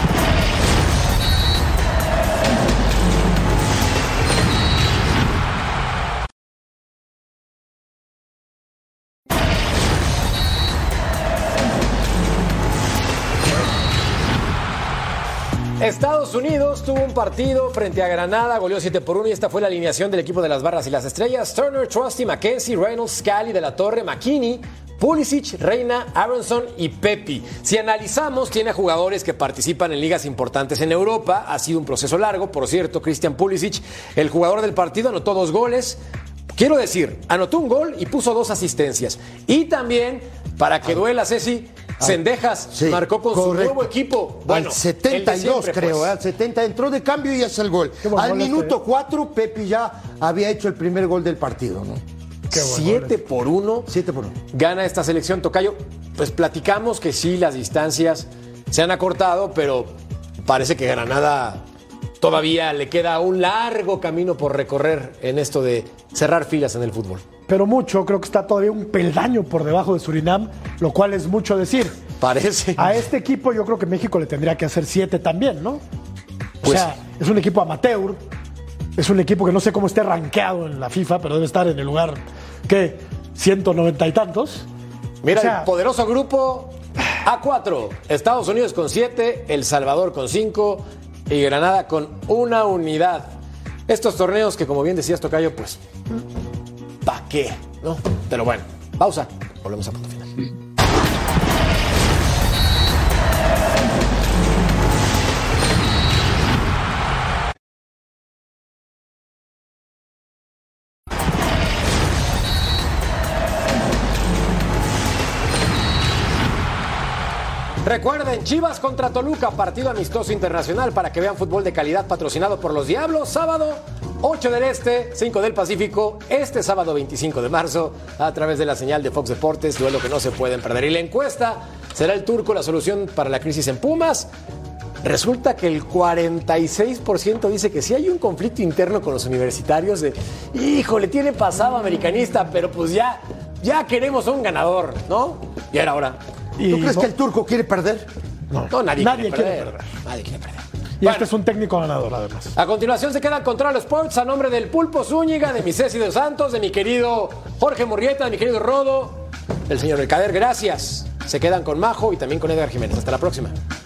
Estados Unidos tuvo un partido frente a Granada, goleó 7-1 y esta fue la alineación del equipo de las Barras y las Estrellas. Turner, Trusty, McKenzie, Reynolds, Scally, De la Torre, McKinney, Pulisic, Reina, Aronson y Pepi. Si analizamos, tiene jugadores que participan en ligas importantes en Europa. Ha sido un proceso largo. Por cierto, Christian Pulisic, el jugador del partido, anotó 2 goles. Quiero decir, anotó un gol y puso 2 asistencias. Y también, para que duela, Ceci, Cendejas marcó con su nuevo equipo. Bueno, al 72 creo, al 70 entró de cambio y hace el gol. Al minuto 4 Pepi ya había hecho el primer gol del partido, ¿no? 7-1. Gana esta selección, Tocayo. Pues platicamos que sí, las distancias se han acortado, pero parece que Granada todavía le queda un largo camino por recorrer en esto de cerrar filas en el fútbol. Pero mucho, creo que está todavía un peldaño por debajo de Surinam, lo cual es mucho decir. Parece. A este equipo yo creo que México le tendría que hacer 7 también, ¿no? O sea, es un equipo amateur, es un equipo que no sé cómo esté rankeado en la FIFA, pero debe estar en el lugar, ¿qué? 190 y tantos. Mira, el poderoso grupo A4, Estados Unidos con 7, El Salvador con 5 y Granada con 1 unidad. Estos torneos que, como bien decías, Tocayo, pues, ¿pa' qué? ¿No? Pero bueno, pausa, volvemos a punto final. Recuerden, Chivas contra Toluca, partido amistoso internacional para que vean fútbol de calidad patrocinado por los Diablos. Sábado, 8 del Este, 5 del Pacífico, este sábado 25 de marzo, a través de la señal de Fox Deportes, duelo que no se pueden perder. Y la encuesta, ¿será el turco la solución para la crisis en Pumas? Resulta que el 46% dice que sí hay un conflicto interno con los universitarios de, híjole, tiene pasado americanista, pero pues ya queremos a un ganador, ¿no? Y era hora. ¿Tú crees que el turco quiere perder? No, nadie quiere perder. Nadie quiere perder. Y este es un técnico ganador, además. A continuación se queda Control Sports a nombre del Pulpo Zúñiga, de mi Ceci de Santos, de mi querido Jorge Murrieta, de mi querido Rodo, del señor Mercader. Gracias. Se quedan con Majo y también con Edgar Jiménez. Hasta la próxima.